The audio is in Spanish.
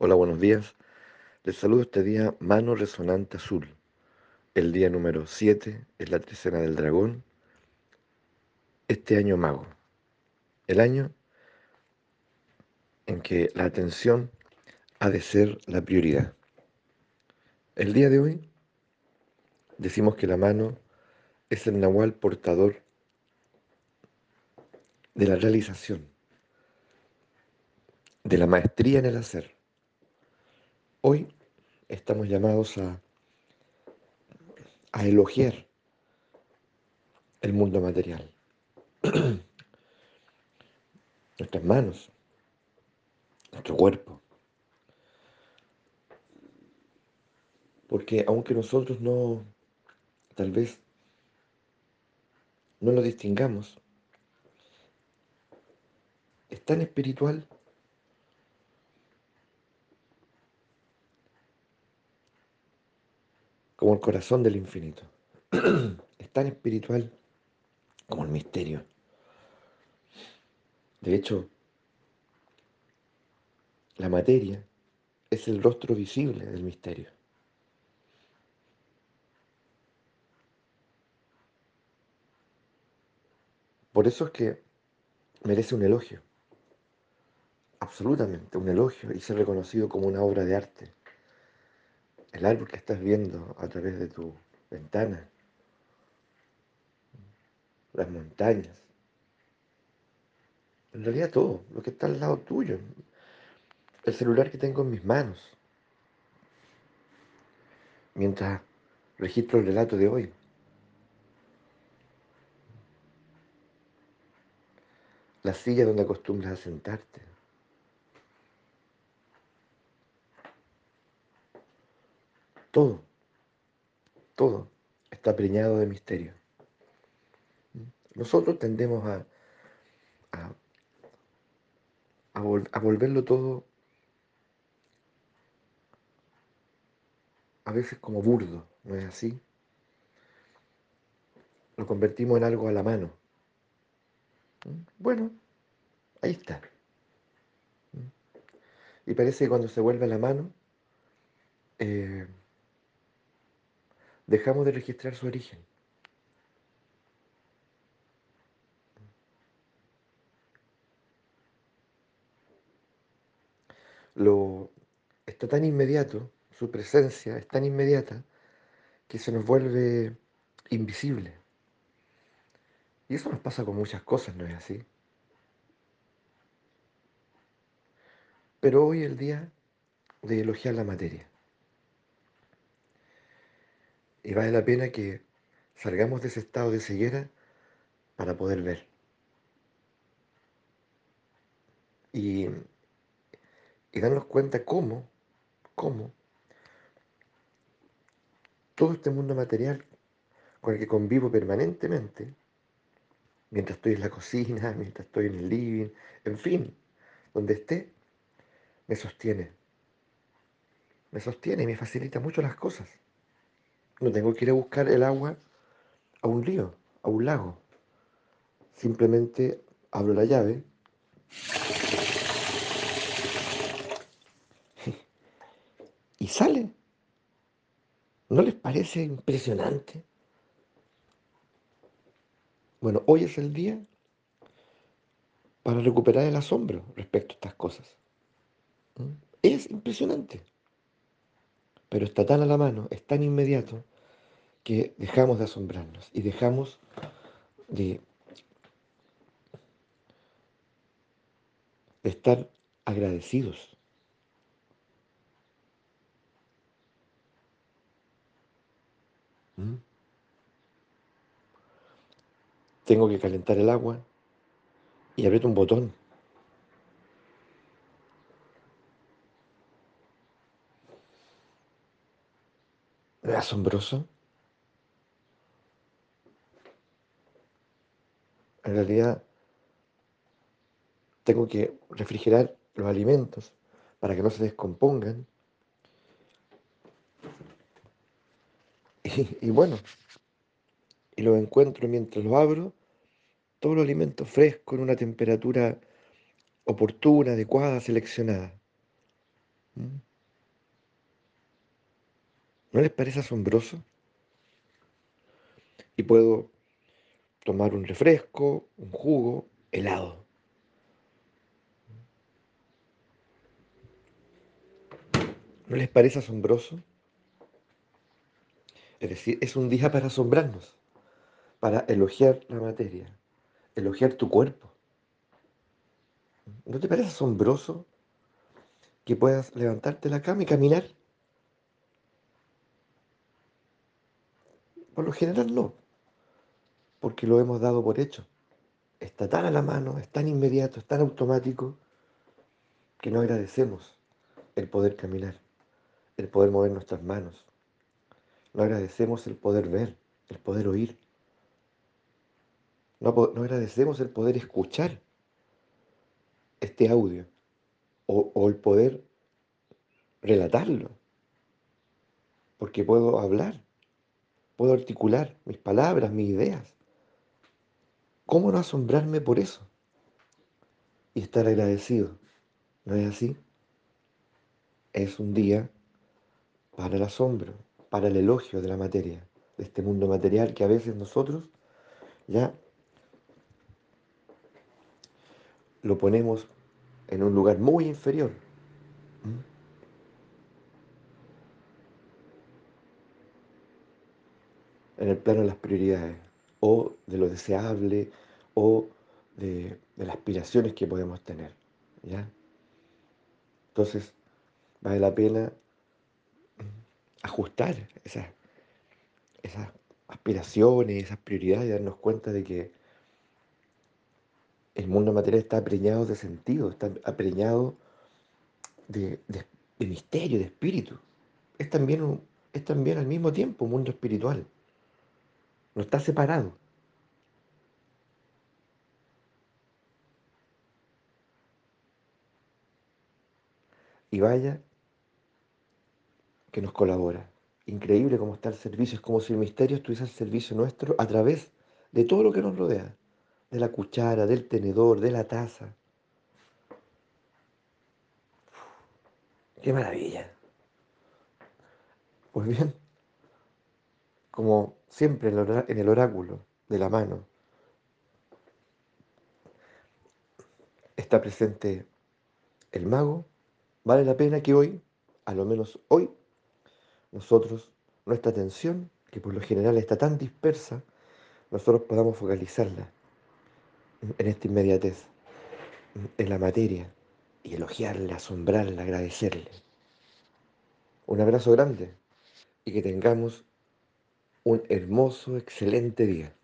Hola, buenos días. Les saludo este día Mano Resonante Azul. El día número 7 es la trecena del dragón. Este año mago. El año en que la atención ha de ser la prioridad. El día de hoy decimos que la mano es el nahual portador de la realización, de la maestría en el hacer. Hoy estamos llamados a elogiar el mundo material, nuestras manos, nuestro cuerpo. Porque aunque nosotros tal vez no lo distingamos, es tan espiritual como el corazón del infinito. Es tan espiritual como el misterio. De hecho, la materia es el rostro visible del misterio. Por eso es que merece un elogio, absolutamente un elogio, y ser reconocido como una obra de arte. El árbol que estás viendo a través de tu ventana, las montañas, en realidad todo, lo que está al lado tuyo, el celular que tengo en mis manos, mientras registro el relato de hoy, la silla donde acostumbras a sentarte, todo, todo está preñado de misterio. Nosotros tendemos a- a volverlo todo a veces como burdo, ¿no es así? Lo convertimos en algo a la mano. Bueno, ahí está. Y parece que cuando se vuelve a la mano, eh, dejamos de registrar su origen. Lo, está tan inmediato, su presencia es tan inmediata, que se nos vuelve invisible. Y eso nos pasa con muchas cosas, ¿no es así? Pero hoy es el día de elogiar la materia. Y vale la pena que salgamos de ese estado de ceguera para poder ver. Y, y darnos cuenta cómo todo este mundo material con el que convivo permanentemente, mientras estoy en la cocina, mientras estoy en el living, en fin, donde esté, me sostiene. Me sostiene y me facilita mucho las cosas. No tengo que ir a buscar el agua a un río, a un lago. Simplemente abro la llave y sale. ¿No les parece impresionante? Bueno, hoy es el día para recuperar el asombro respecto a estas cosas. ¿Mm? Es impresionante, pero está tan a la mano, es tan inmediato, que dejamos de asombrarnos y dejamos de estar agradecidos. ¿Mm? Tengo que calentar el agua y aprieto un botón. ¿No es asombroso? En realidad, tengo que refrigerar los alimentos para que no se descompongan. Y bueno, y los encuentro mientras los abro, todos los alimentos frescos en una temperatura oportuna, adecuada, seleccionada. ¿Mm? ¿No les parece asombroso? Y puedo tomar un refresco, un jugo, helado. ¿No les parece asombroso? Es decir, es un día para asombrarnos, para elogiar la materia, elogiar tu cuerpo. ¿No te parece asombroso que puedas levantarte de la cama y caminar? Por lo general no, porque lo hemos dado por hecho. Está tan a la mano, es tan inmediato, es tan automático que no agradecemos el poder caminar, el poder mover nuestras manos. No agradecemos el poder ver, el poder oír. No agradecemos el poder escuchar este audio o el poder relatarlo, porque puedo hablar, puedo articular mis palabras, mis ideas. ¿Cómo no asombrarme por eso y estar agradecido? ¿No es así? Es un día para el asombro, para el elogio de la materia, de este mundo material que a veces nosotros ya lo ponemos en un lugar muy inferior. ¿Mm? En el plano de las prioridades, o de lo deseable, o de las aspiraciones que podemos tener. ¿Ya? Entonces, vale la pena ajustar esas aspiraciones, esas prioridades y darnos cuenta de que el mundo material está preñado de sentido, está preñado de misterio, de espíritu. Es también, es también al mismo tiempo un mundo espiritual. No está separado. Y vaya que nos colabora. Increíble cómo está el servicio. Es como si el misterio estuviese al servicio nuestro a través de todo lo que nos rodea. De la cuchara, del tenedor, de la taza. ¡Qué maravilla! Pues bien, como siempre en el oráculo de la mano está presente el mago, vale la pena que hoy, a lo menos hoy, nosotros, nuestra atención, que por lo general está tan dispersa, nosotros podamos focalizarla en esta inmediatez, en la materia, y elogiarla, asombrarla, agradecerle. Un abrazo grande y que tengamos un hermoso, excelente día.